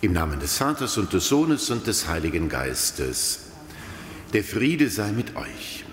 Im Namen des Vaters und des Sohnes und des Heiligen Geistes. Der Friede sei mit euch.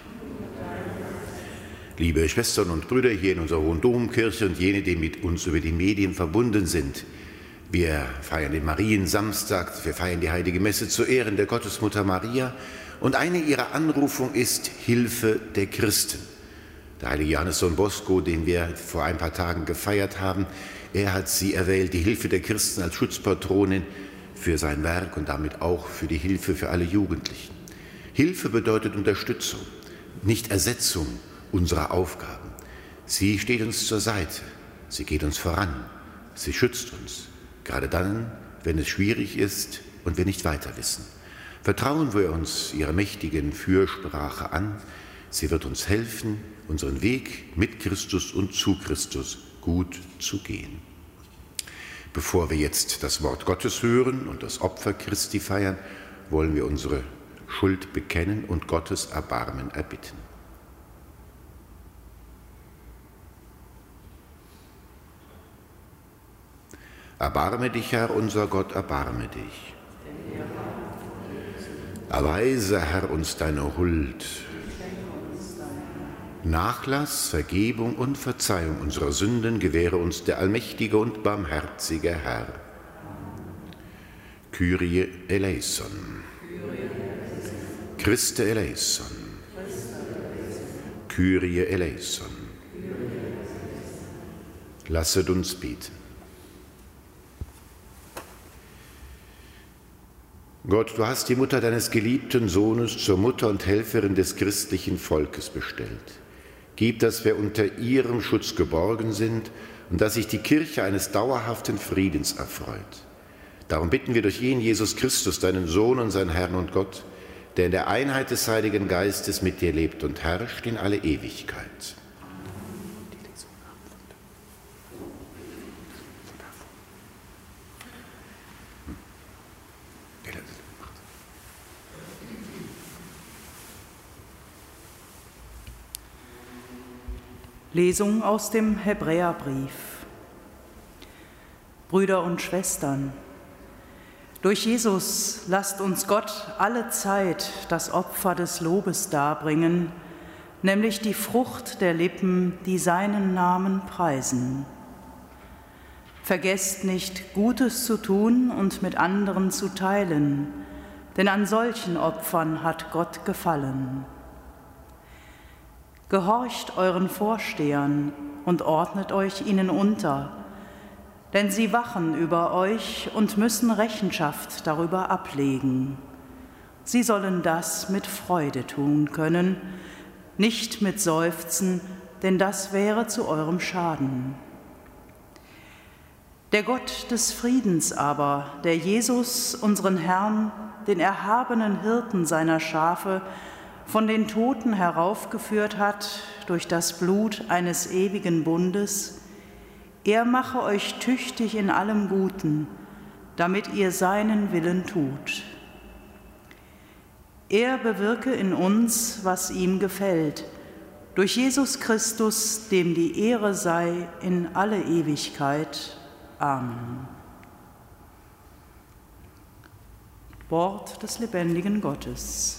Liebe Schwestern und Brüder hier in unserer Hohen Domkirche und jene, die mit uns über die Medien verbunden sind. Wir feiern den Mariensamstag, wir feiern die Heilige Messe zu Ehren der Gottesmutter Maria. Und eine ihrer Anrufungen ist Hilfe der Christen. Der heilige Johannes Don Bosco, den wir vor ein paar Tagen gefeiert haben, er hat sie erwählt, die Hilfe der Christen als Schutzpatronin für sein Werk und damit auch für die Hilfe für alle Jugendlichen. Hilfe bedeutet Unterstützung, nicht Ersetzung unserer Aufgaben. Sie steht uns zur Seite, sie geht uns voran, sie schützt uns, gerade dann, wenn es schwierig ist und wir nicht weiter wissen. Vertrauen wir uns ihrer mächtigen Fürsprache an, sie wird uns helfen, unseren Weg mit Christus und zu Christus gut zu gehen. Bevor wir jetzt das Wort Gottes hören und das Opfer Christi feiern, wollen wir unsere Schuld bekennen und Gottes Erbarmen erbitten. Erbarme dich, Herr, unser Gott, erbarme dich. Erweise, Herr, uns deine Huld. Nachlass, Vergebung und Verzeihung unserer Sünden gewähre uns der allmächtige und barmherzige Herr. Kyrie eleison. Christe eleison. Kyrie eleison. Lasset uns beten. Gott, du hast die Mutter deines geliebten Sohnes zur Mutter und Helferin des christlichen Volkes bestellt. Gib, dass wir unter ihrem Schutz geborgen sind und dass sich die Kirche eines dauerhaften Friedens erfreut. Darum bitten wir durch ihn, Jesus Christus, deinen Sohn, unseren Herrn und Gott, der in der Einheit des Heiligen Geistes mit dir lebt und herrscht in alle Ewigkeit. Lesung aus dem Hebräerbrief. Brüder und Schwestern, durch Jesus lasst uns Gott alle Zeit das Opfer des Lobes darbringen, nämlich die Frucht der Lippen, die seinen Namen preisen. Vergesst nicht, Gutes zu tun und mit anderen zu teilen, denn an solchen Opfern hat Gott gefallen. Gehorcht euren Vorstehern und ordnet euch ihnen unter, denn sie wachen über euch und müssen Rechenschaft darüber ablegen. Sie sollen das mit Freude tun können, nicht mit Seufzen, denn das wäre zu eurem Schaden. Der Gott des Friedens aber, der Jesus, unseren Herrn, den erhabenen Hirten seiner Schafe, von den Toten heraufgeführt hat durch das Blut eines ewigen Bundes, er mache euch tüchtig in allem Guten, damit ihr seinen Willen tut. Er bewirke in uns, was ihm gefällt, durch Jesus Christus, dem die Ehre sei in alle Ewigkeit. Amen. Wort des lebendigen Gottes.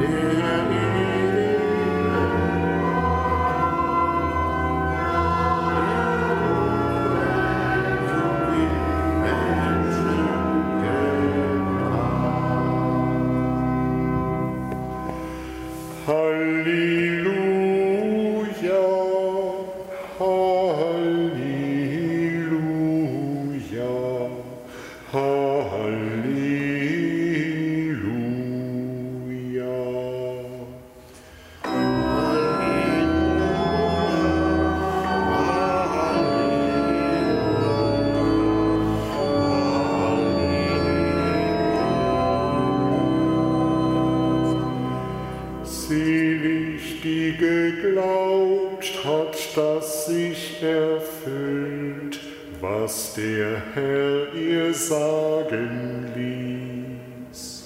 Selig, die geglaubt hat, dass sich erfüllt, was der Herr ihr sagen ließ.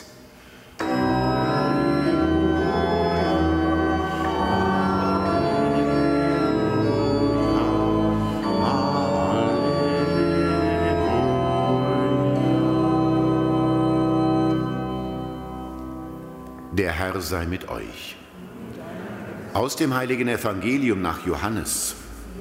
Der Herr sei mit euch. Aus dem heiligen Evangelium nach Johannes.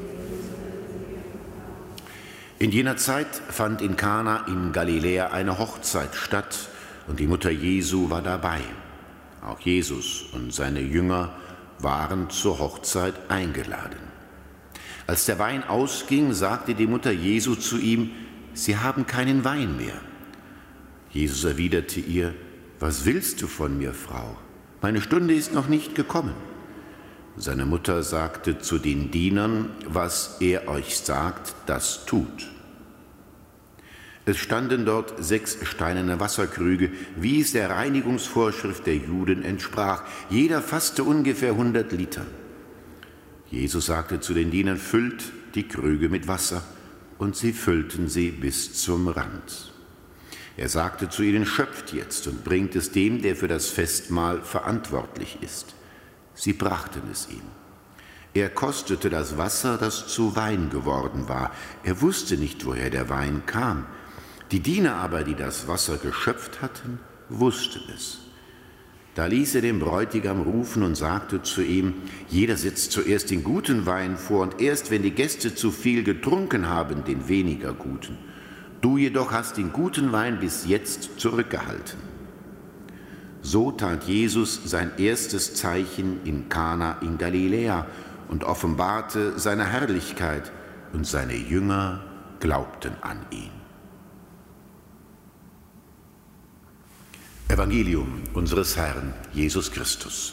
In jener Zeit fand in Kana in Galiläa eine Hochzeit statt und die Mutter Jesu war dabei. Auch Jesus und seine Jünger waren zur Hochzeit eingeladen. Als der Wein ausging, sagte die Mutter Jesu zu ihm: Sie haben keinen Wein mehr. Jesus erwiderte ihr: Was willst du von mir, Frau? Meine Stunde ist noch nicht gekommen. Seine Mutter sagte zu den Dienern: Was er euch sagt, das tut. Es standen dort 6 steinerne Wasserkrüge, wie es der Reinigungsvorschrift der Juden entsprach. Jeder fasste ungefähr 100 Liter. Jesus sagte zu den Dienern: Füllt die Krüge mit Wasser, und sie füllten sie bis zum Rand. Er sagte zu ihnen: Schöpft jetzt und bringt es dem, der für das Festmahl verantwortlich ist. Sie brachten es ihm. Er kostete das Wasser, das zu Wein geworden war. Er wusste nicht, woher der Wein kam. Die Diener aber, die das Wasser geschöpft hatten, wussten es. Da ließ er den Bräutigam rufen und sagte zu ihm: Jeder setzt zuerst den guten Wein vor und erst, wenn die Gäste zu viel getrunken haben, den weniger guten. Du jedoch hast den guten Wein bis jetzt zurückgehalten. So tat Jesus sein erstes Zeichen in Kana in Galiläa und offenbarte seine Herrlichkeit, und seine Jünger glaubten an ihn. Evangelium unseres Herrn Jesus Christus.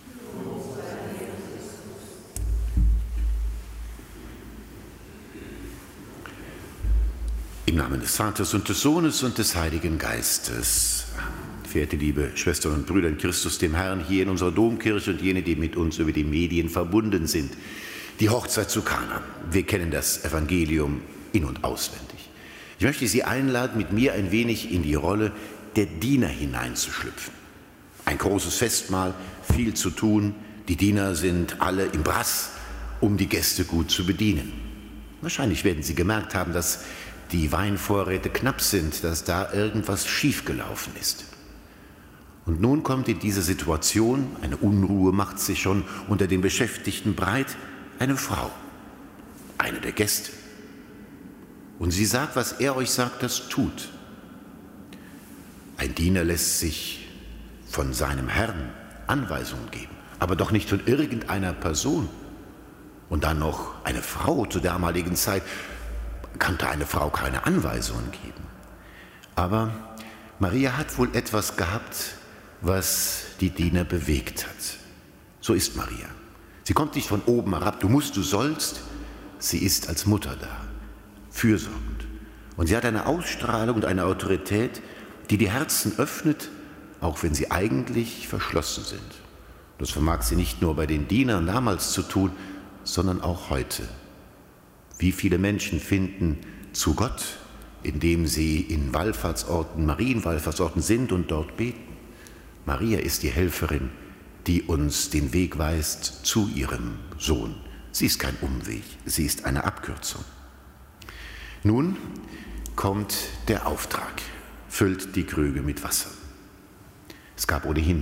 Im Namen des Vaters und des Sohnes und des Heiligen Geistes. Verehrte liebe Schwestern und Brüder in Christus, dem Herrn, hier in unserer Domkirche und jene, die mit uns über die Medien verbunden sind. Die Hochzeit zu Kana. Wir kennen das Evangelium in- und auswendig. Ich möchte Sie einladen, mit mir ein wenig in die Rolle der Diener hineinzuschlüpfen. Ein großes Festmahl, viel zu tun. Die Diener sind alle im Brass, um die Gäste gut zu bedienen. Wahrscheinlich werden Sie gemerkt haben, dass die Weinvorräte knapp sind, dass da irgendwas schiefgelaufen ist. Und nun kommt in diese Situation, eine Unruhe macht sich schon unter den Beschäftigten breit, eine Frau, eine der Gäste. Und sie sagt: Was er euch sagt, das tut. Ein Diener lässt sich von seinem Herrn Anweisungen geben, aber doch nicht von irgendeiner Person. Und dann noch eine Frau. Zur damaligen Zeit kannte eine Frau keine Anweisungen geben. Aber Maria hat wohl etwas gehabt, was die Diener bewegt hat. So ist Maria. Sie kommt nicht von oben herab, du musst, du sollst. Sie ist als Mutter da, fürsorgend. Und sie hat eine Ausstrahlung und eine Autorität, die die Herzen öffnet, auch wenn sie eigentlich verschlossen sind. Das vermag sie nicht nur bei den Dienern damals zu tun, sondern auch heute. Wie viele Menschen finden zu Gott, indem sie in Wallfahrtsorten, Marienwallfahrtsorten sind und dort beten. Maria ist die Helferin, die uns den Weg weist zu ihrem Sohn. Sie ist kein Umweg, sie ist eine Abkürzung. Nun kommt der Auftrag: Füllt die Krüge mit Wasser. Es gab ohnehin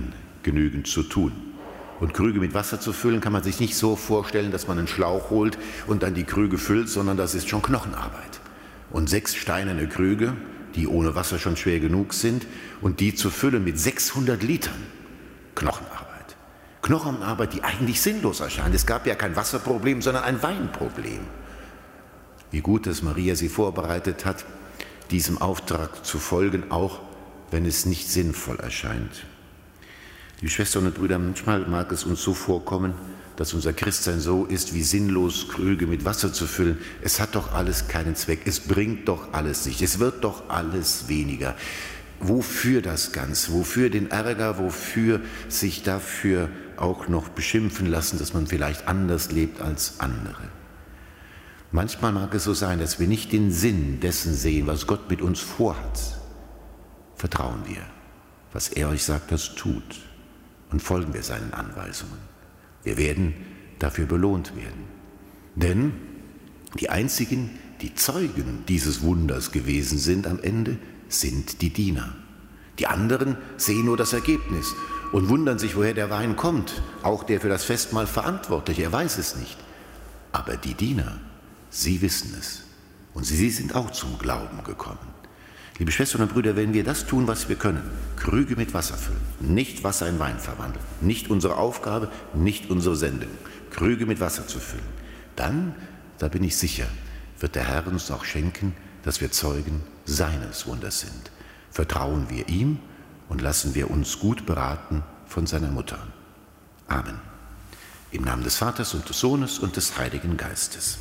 genügend zu tun. Und Krüge mit Wasser zu füllen, kann man sich nicht so vorstellen, dass man einen Schlauch holt und dann die Krüge füllt, sondern das ist schon Knochenarbeit. Und 6 steinerne Krüge, die ohne Wasser schon schwer genug sind, und die zu füllen mit 600 Litern, Knochenarbeit. Knochenarbeit, die eigentlich sinnlos erscheint. Es gab ja kein Wasserproblem, sondern ein Weinproblem. Wie gut, dass Maria sie vorbereitet hat, diesem Auftrag zu folgen, auch wenn es nicht sinnvoll erscheint. Liebe Schwestern und Brüder, manchmal mag es uns so vorkommen, dass unser Christsein so ist, wie sinnlos Krüge mit Wasser zu füllen. Es hat doch alles keinen Zweck, es bringt doch alles nicht, es wird doch alles weniger. Wofür das Ganze? Wofür den Ärger? Wofür sich dafür auch noch beschimpfen lassen, dass man vielleicht anders lebt als andere? Manchmal mag es so sein, dass wir nicht den Sinn dessen sehen, was Gott mit uns vorhat. Vertrauen wir, was er euch sagt, das tut, und folgen wir seinen Anweisungen. Wir werden dafür belohnt werden. Denn die einzigen, die Zeugen dieses Wunders gewesen sind am Ende, sind die Diener. Die anderen sehen nur das Ergebnis und wundern sich, woher der Wein kommt. Auch der für das Festmahl Verantwortliche, er weiß es nicht. Aber die Diener, sie wissen es. Und sie sind auch zum Glauben gekommen. Liebe Schwestern und Brüder, wenn wir das tun, was wir können, Krüge mit Wasser füllen, nicht Wasser in Wein verwandeln, nicht unsere Aufgabe, nicht unsere Sendung, Krüge mit Wasser zu füllen, dann, da bin ich sicher, wird der Herr uns auch schenken, dass wir Zeugen seines Wunders sind. Vertrauen wir ihm und lassen wir uns gut beraten von seiner Mutter. Amen. Im Namen des Vaters und des Sohnes und des Heiligen Geistes.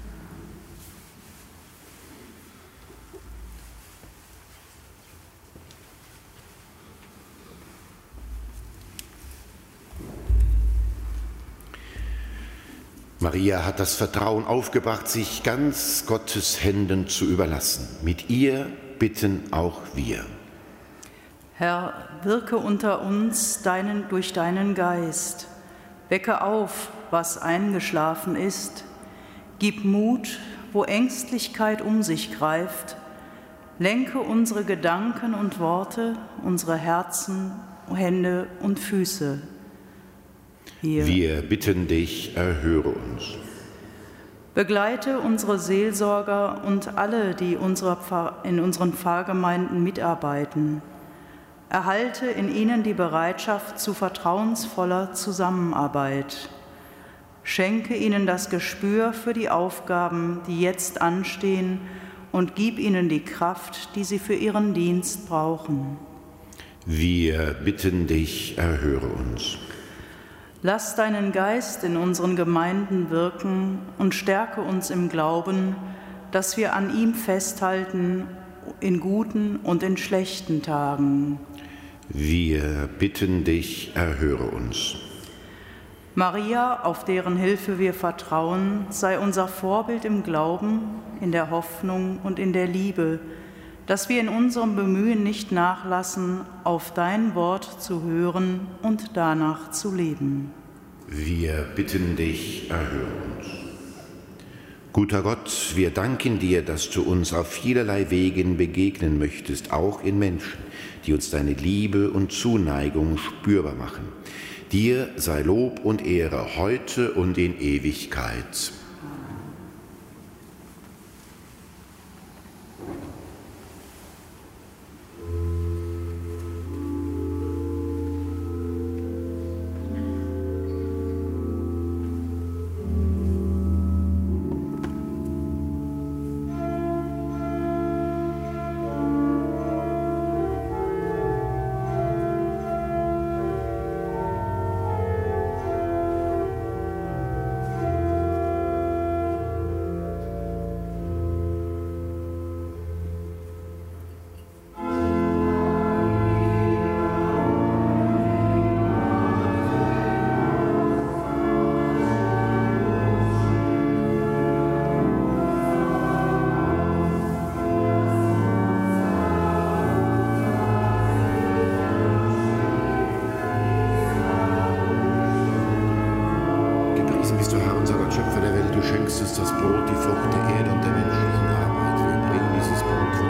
Maria hat das Vertrauen aufgebracht, sich ganz Gottes Händen zu überlassen. Mit ihr bitten auch wir. Herr, wirke unter uns durch deinen Geist. Wecke auf, was eingeschlafen ist. Gib Mut, wo Ängstlichkeit um sich greift. Lenke unsere Gedanken und Worte, unsere Herzen, Hände und Füße. Wir bitten dich, erhöre uns. Begleite unsere Seelsorger und alle, die in unseren Pfarrgemeinden mitarbeiten. Erhalte in ihnen die Bereitschaft zu vertrauensvoller Zusammenarbeit. Schenke ihnen das Gespür für die Aufgaben, die jetzt anstehen, und gib ihnen die Kraft, die sie für ihren Dienst brauchen. Wir bitten dich, erhöre uns. Lass deinen Geist in unseren Gemeinden wirken und stärke uns im Glauben, dass wir an ihm festhalten in guten und in schlechten Tagen. Wir bitten dich, erhöre uns. Maria, auf deren Hilfe wir vertrauen, sei unser Vorbild im Glauben, in der Hoffnung und in der Liebe, dass wir in unserem Bemühen nicht nachlassen, auf dein Wort zu hören und danach zu leben. Wir bitten dich, erhöre uns. Guter Gott, wir danken dir, dass du uns auf vielerlei Wegen begegnen möchtest, auch in Menschen, die uns deine Liebe und Zuneigung spürbar machen. Dir sei Lob und Ehre heute und in Ewigkeit.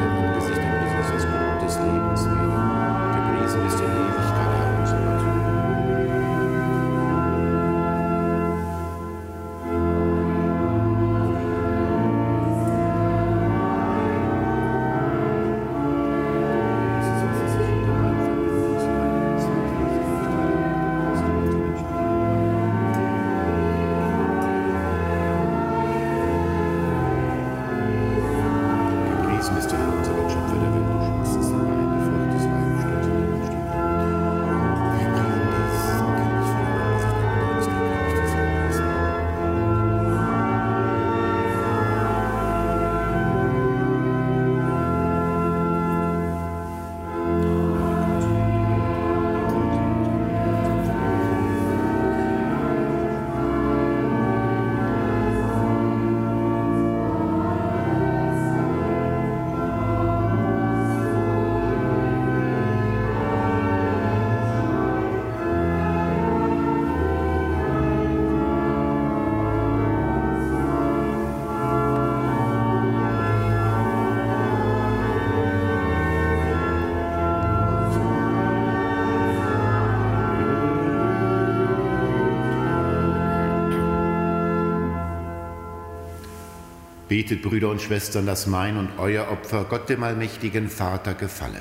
Gepriesen bist du in Ewigkeit, Herr unser Gott. Betet, Brüder und Schwestern, dass mein und euer Opfer Gott, dem allmächtigen Vater, gefalle.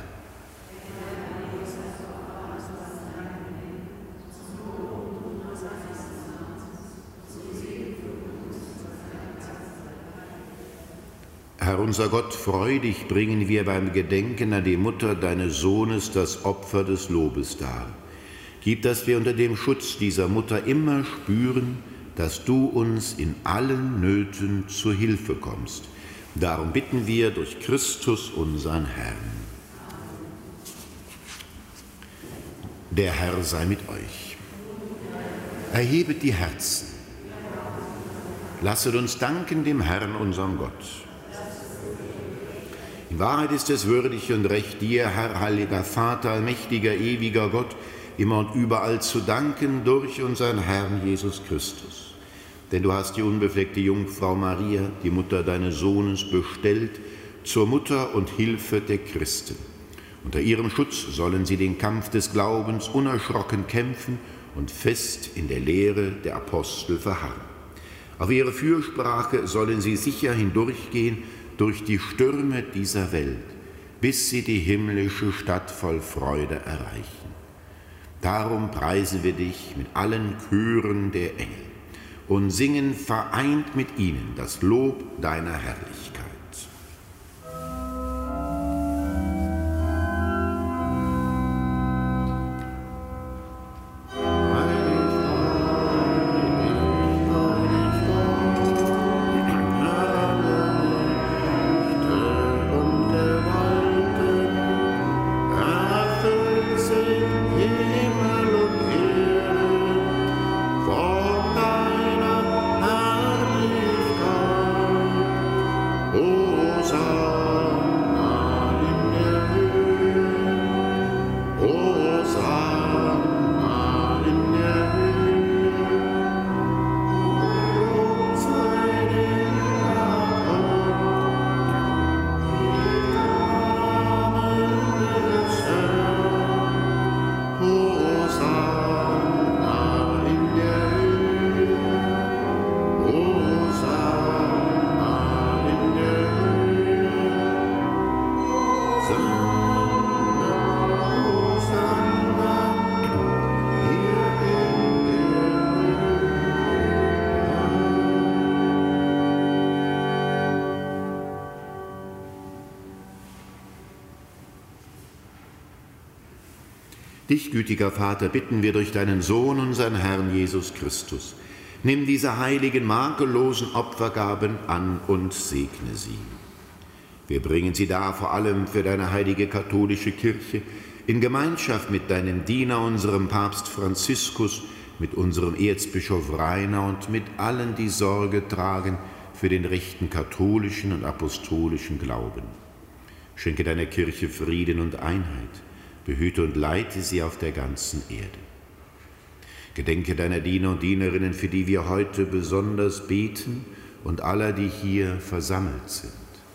Herr unser Gott, freudig bringen wir beim Gedenken an die Mutter deines Sohnes das Opfer des Lobes dar. Gib, dass wir unter dem Schutz dieser Mutter immer spüren, dass du uns in allen Nöten zur Hilfe kommst. Darum bitten wir durch Christus, unseren Herrn. Der Herr sei mit euch. Erhebet die Herzen. Lasset uns danken dem Herrn, unserem Gott. In Wahrheit ist es würdig und recht, dir, Herr, heiliger Vater, allmächtiger, ewiger Gott, immer und überall zu danken durch unseren Herrn Jesus Christus. Denn du hast die unbefleckte Jungfrau Maria, die Mutter deines Sohnes, bestellt zur Mutter und Hilfe der Christen. Unter ihrem Schutz sollen sie den Kampf des Glaubens unerschrocken kämpfen und fest in der Lehre der Apostel verharren. Auf ihre Fürsprache sollen sie sicher hindurchgehen durch die Stürme dieser Welt, bis sie die himmlische Stadt voll Freude erreichen. Darum preisen wir dich mit allen Chören der Engel und singen vereint mit ihnen das Lob deiner Herrlichkeit. Dich, gütiger Vater, bitten wir durch deinen Sohn, unseren Herrn Jesus Christus. Nimm diese heiligen, makellosen Opfergaben an und segne sie. Wir bringen sie dar vor allem für deine heilige katholische Kirche, in Gemeinschaft mit deinem Diener, unserem Papst Franziskus, mit unserem Erzbischof Rainer und mit allen, die Sorge tragen für den rechten katholischen und apostolischen Glauben. Schenke deiner Kirche Frieden und Einheit. Behüte und leite sie auf der ganzen Erde. Gedenke deiner Diener und Dienerinnen, für die wir heute besonders beten, und aller, die hier versammelt sind.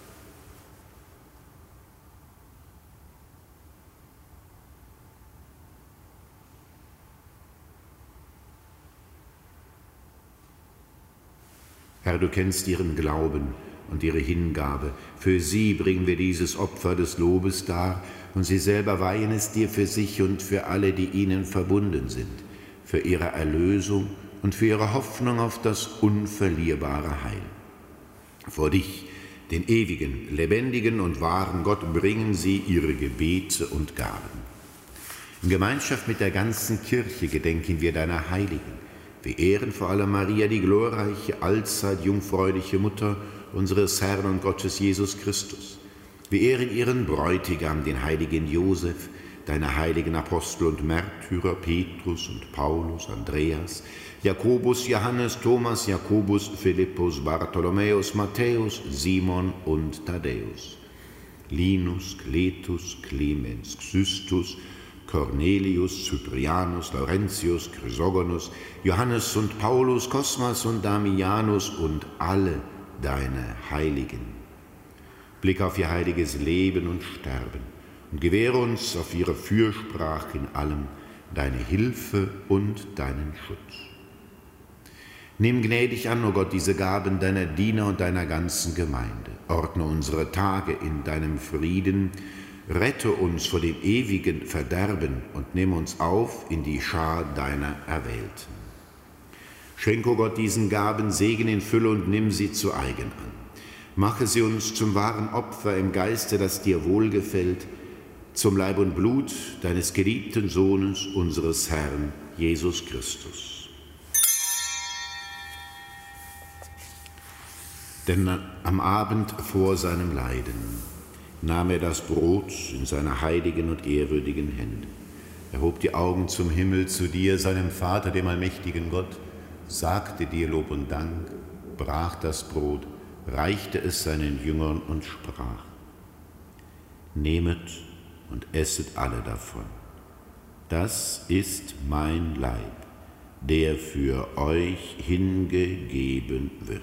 Herr, du kennst ihren Glauben und ihre Hingabe. Für sie bringen wir dieses Opfer des Lobes dar, und sie selber weihen es dir für sich und für alle, die ihnen verbunden sind, für ihre Erlösung und für ihre Hoffnung auf das unverlierbare Heil. Vor dich, den ewigen, lebendigen und wahren Gott, bringen sie ihre Gebete und Gaben. In Gemeinschaft mit der ganzen Kirche gedenken wir deiner Heiligen. Wir ehren vor allem Maria, die glorreiche, allzeit jungfräuliche Mutter unseres Herrn und Gottes Jesus Christus. Wir ehren ihren Bräutigam, den heiligen Josef, deine heiligen Apostel und Märtyrer Petrus und Paulus, Andreas, Jakobus, Johannes, Thomas, Jakobus, Philippus, Bartholomäus, Matthäus, Simon und Thaddäus, Linus, Cletus, Clemens, Xystus, Cornelius, Cyprianus, Laurentius, Chrysogonus, Johannes und Paulus, Kosmas und Damianus und alle deine Heiligen. Blick auf ihr heiliges Leben und Sterben und gewähre uns auf ihre Fürsprache in allem deine Hilfe und deinen Schutz. Nimm gnädig an, o Gott, diese Gaben deiner Diener und deiner ganzen Gemeinde. Ordne unsere Tage in deinem Frieden, rette uns vor dem ewigen Verderben und nimm uns auf in die Schar deiner Erwählten. Schenk, o Gott, diesen Gaben Segen in Fülle und nimm sie zu eigen an. Mache sie uns zum wahren Opfer im Geiste, das dir wohlgefällt, zum Leib und Blut deines geliebten Sohnes, unseres Herrn Jesus Christus. Denn am Abend vor seinem Leiden nahm er das Brot in seine heiligen und ehrwürdigen Hände. Er hob die Augen zum Himmel, zu dir, seinem Vater, dem allmächtigen Gott, sagte dir Lob und Dank, brach das Brot, reichte es seinen Jüngern und sprach: Nehmet und esset alle davon. Das ist mein Leib, der für euch hingegeben wird.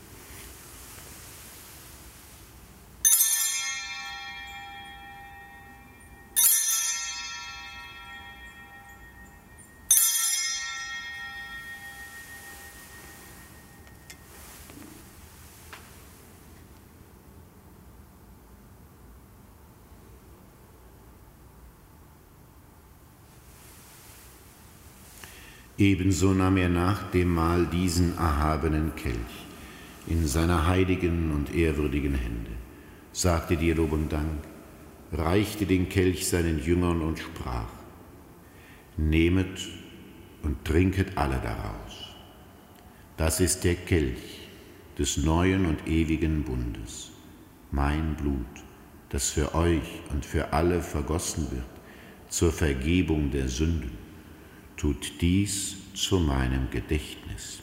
Ebenso nahm er nach dem Mahl diesen erhabenen Kelch in seine heiligen und ehrwürdigen Hände, sagte dir Lob und Dank, reichte den Kelch seinen Jüngern und sprach: Nehmet und trinket alle daraus. Das ist der Kelch des neuen und ewigen Bundes, mein Blut, das für euch und für alle vergossen wird, zur Vergebung der Sünden. Tut dies zu meinem Gedächtnis.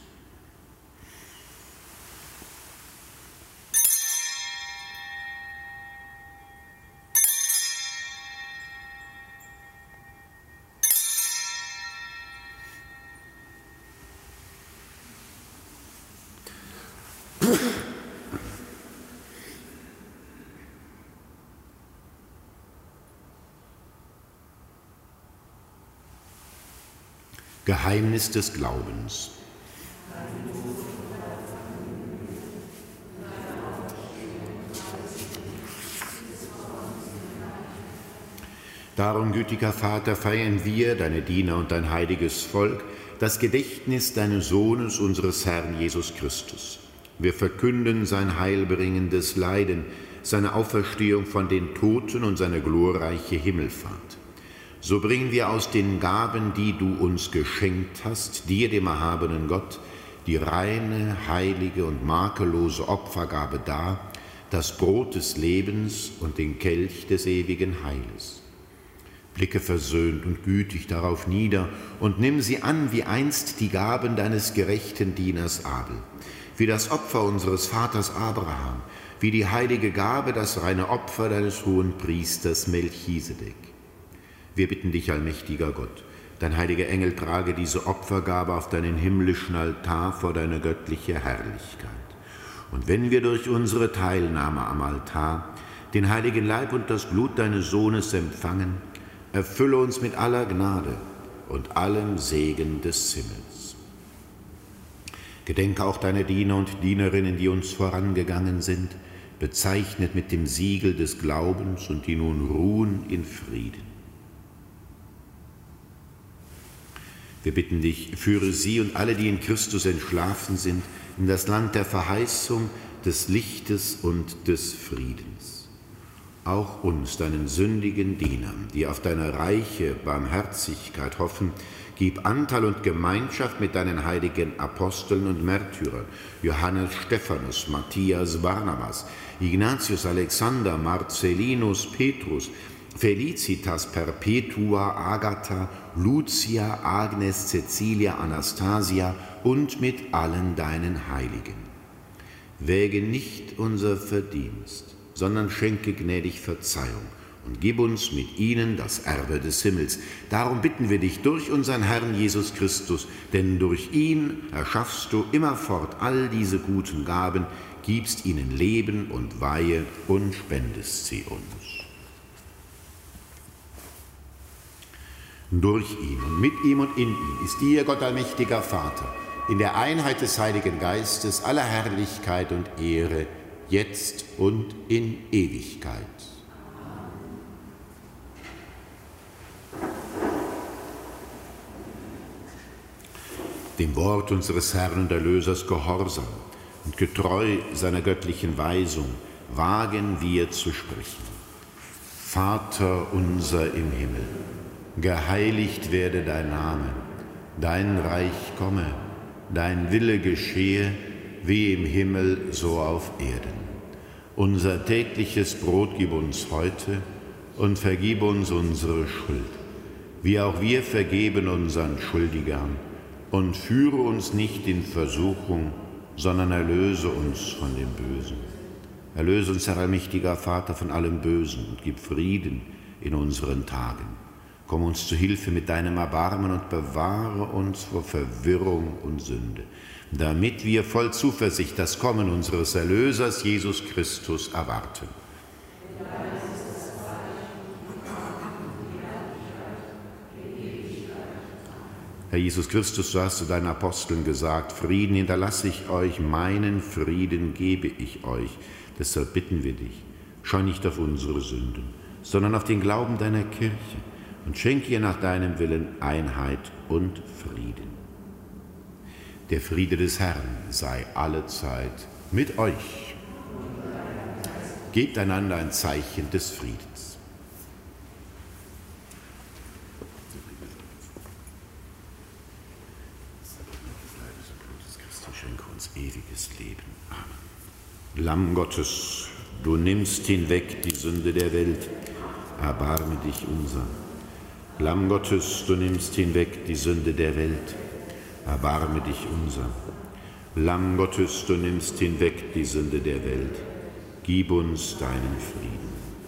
Geheimnis des Glaubens. Darum, gütiger Vater, feiern wir, deine Diener und dein heiliges Volk, das Gedächtnis deines Sohnes, unseres Herrn Jesus Christus. Wir verkünden sein heilbringendes Leiden, seine Auferstehung von den Toten und seine glorreiche Himmelfahrt. So bringen wir aus den Gaben, die du uns geschenkt hast, dir, dem erhabenen Gott, die reine, heilige und makellose Opfergabe dar, das Brot des Lebens und den Kelch des ewigen Heiles. Blicke versöhnt und gütig darauf nieder und nimm sie an wie einst die Gaben deines gerechten Dieners Abel, wie das Opfer unseres Vaters Abraham, wie die heilige Gabe, das reine Opfer deines hohen Priesters Melchisedek. Wir bitten dich, allmächtiger Gott, dein heiliger Engel trage diese Opfergabe auf deinen himmlischen Altar vor deine göttliche Herrlichkeit. Und wenn wir durch unsere Teilnahme am Altar den heiligen Leib und das Blut deines Sohnes empfangen, erfülle uns mit aller Gnade und allem Segen des Himmels. Gedenke auch deiner Diener und Dienerinnen, die uns vorangegangen sind, bezeichnet mit dem Siegel des Glaubens und die nun ruhen in Frieden. Wir bitten dich, führe sie und alle, die in Christus entschlafen sind, in das Land der Verheißung, des Lichtes und des Friedens. Auch uns, deinen sündigen Dienern, die auf deine reiche Barmherzigkeit hoffen, gib Anteil und Gemeinschaft mit deinen heiligen Aposteln und Märtyrern, Johannes, Stephanus, Matthias, Barnabas, Ignatius, Alexander, Marcellinus, Petrus, Felicitas, Perpetua, Agatha, Lucia, Agnes, Cecilia, Anastasia und mit allen deinen Heiligen. Wäge nicht unser Verdienst, sondern schenke gnädig Verzeihung und gib uns mit ihnen das Erbe des Himmels. Darum bitten wir dich durch unseren Herrn Jesus Christus, denn durch ihn erschaffst du immerfort all diese guten Gaben, gibst ihnen Leben und Weihe und spendest sie uns. Durch ihn und mit ihm und in ihm ist dir, Gott allmächtiger Vater, in der Einheit des Heiligen Geistes, aller Herrlichkeit und Ehre, jetzt und in Ewigkeit. Dem Wort unseres Herrn und Erlösers gehorsam und getreu seiner göttlichen Weisung wagen wir zu sprechen. Vater unser im Himmel, geheiligt werde dein Name, dein Reich komme, dein Wille geschehe, wie im Himmel so auf Erden. Unser tägliches Brot gib uns heute und vergib uns unsere Schuld, wie auch wir vergeben unseren Schuldigern. Und führe uns nicht in Versuchung, sondern erlöse uns von dem Bösen. Erlöse uns, Herr allmächtiger Vater, von allem Bösen und gib Frieden in unseren Tagen. Komm uns zu Hilfe mit deinem Erbarmen und bewahre uns vor Verwirrung und Sünde, damit wir voll Zuversicht das Kommen unseres Erlösers, Jesus Christus, erwarten. Herr Jesus Christus, du hast zu deinen Aposteln gesagt, Frieden hinterlasse ich euch, meinen Frieden gebe ich euch. Deshalb bitten wir dich, schau nicht auf unsere Sünden, sondern auf den Glauben deiner Kirche und schenke ihr nach deinem Willen Einheit und Frieden. Der Friede des Herrn sei allezeit mit euch. Gebt einander ein Zeichen des Friedens. Schenke uns ewiges Leben. Amen. Lamm Gottes, du nimmst hinweg die Sünde der Welt, erbarme dich unser. Lamm Gottes, du nimmst hinweg die Sünde der Welt, erbarme dich unser. Lamm Gottes, du nimmst hinweg die Sünde der Welt, gib uns deinen Frieden.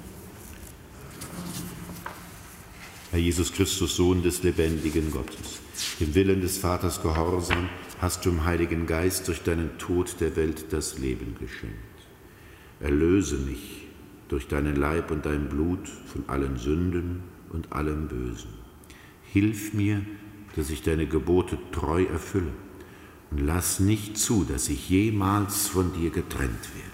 Herr Jesus Christus, Sohn des lebendigen Gottes, dem Willen des Vaters gehorsam, hast du im Heiligen Geist durch deinen Tod der Welt das Leben geschenkt. Erlöse mich durch deinen Leib und dein Blut von allen Sünden und allem Bösen. Hilf mir, dass ich deine Gebote treu erfülle und lass nicht zu, dass ich jemals von dir getrennt werde.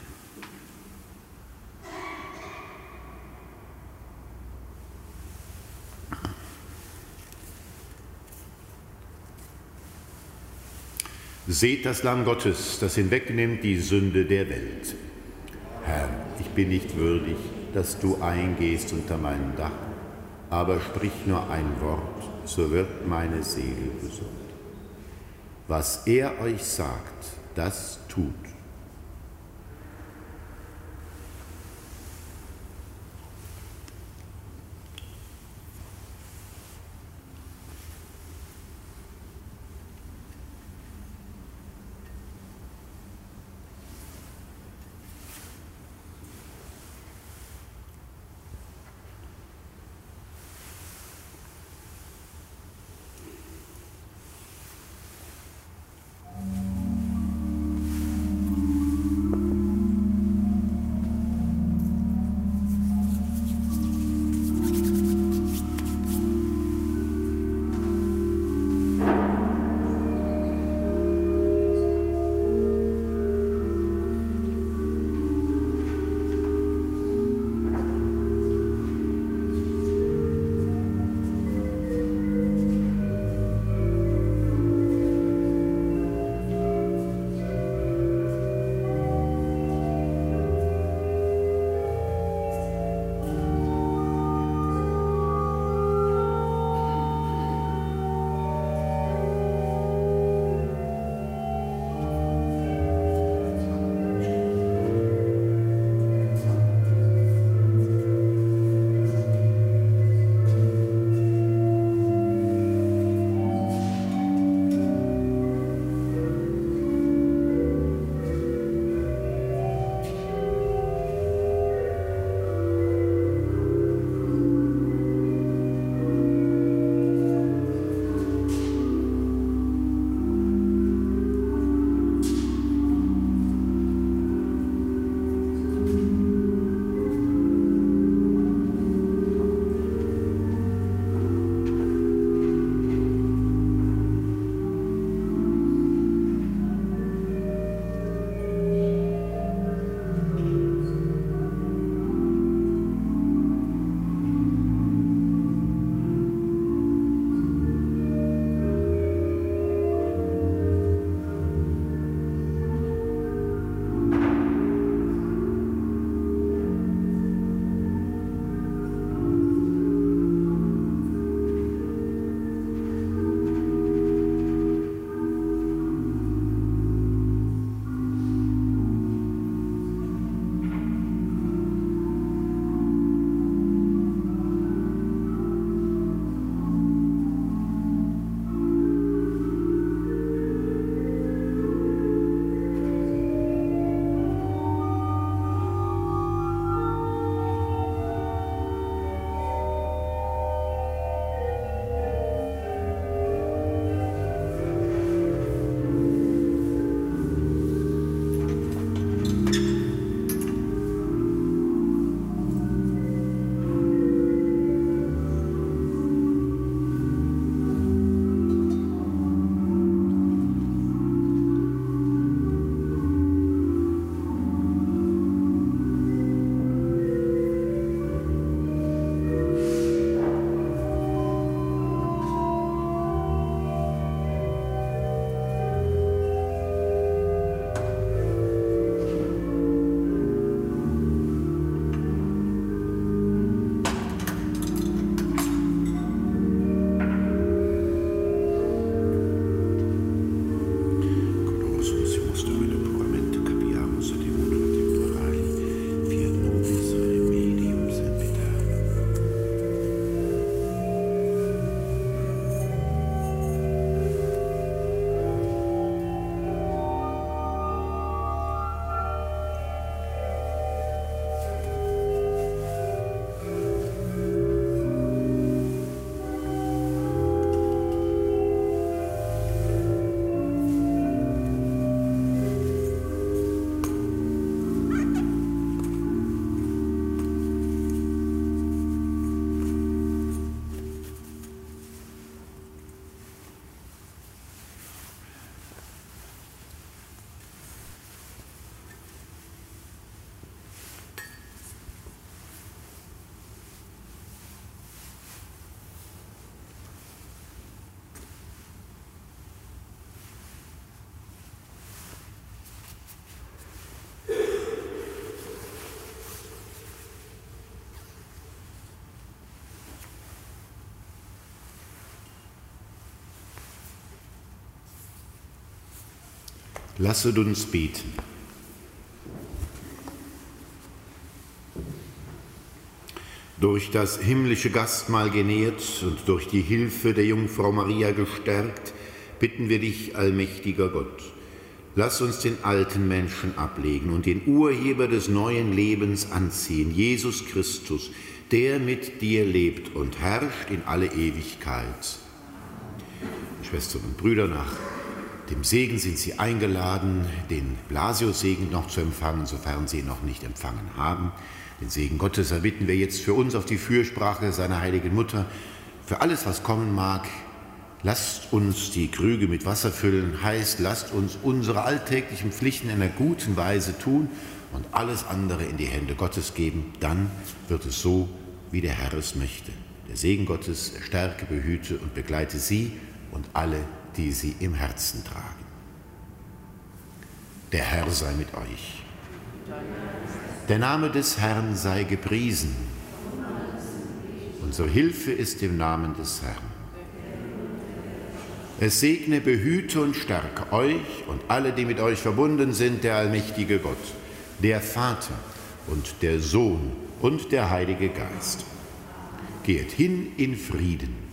Seht das Lamm Gottes, das hinwegnimmt die Sünde der Welt. Herr, ich bin nicht würdig, dass du eingehst unter mein Dach, aber sprich nur ein Wort, so wird meine Seele gesund. Was er euch sagt, das tut. Lasset uns beten. Durch das himmlische Gastmahl genährt und durch die Hilfe der Jungfrau Maria gestärkt, bitten wir dich, allmächtiger Gott. Lass uns den alten Menschen ablegen und den Urheber des neuen Lebens anziehen, Jesus Christus, der mit dir lebt und herrscht in alle Ewigkeit. Schwestern und Brüder, nach dem Segen sind Sie eingeladen, den Blasiussegen noch zu empfangen, sofern Sie ihn noch nicht empfangen haben. Den Segen Gottes erbitten wir jetzt für uns auf die Fürsprache seiner heiligen Mutter. Für alles, was kommen mag, lasst uns die Krüge mit Wasser füllen, heißt, lasst uns unsere alltäglichen Pflichten in einer guten Weise tun und alles andere in die Hände Gottes geben. Dann wird es so, wie der Herr es möchte. Der Segen Gottes stärke, behüte und begleite Sie und alle, die Sie im Herzen tragen. Der Herr sei mit euch. Der Name des Herrn sei gepriesen. Unsere Hilfe ist im Namen des Herrn. Es segne, behüte und stärke euch und alle, die mit euch verbunden sind, der allmächtige Gott, der Vater und der Sohn und der Heilige Geist. Geht hin in Frieden.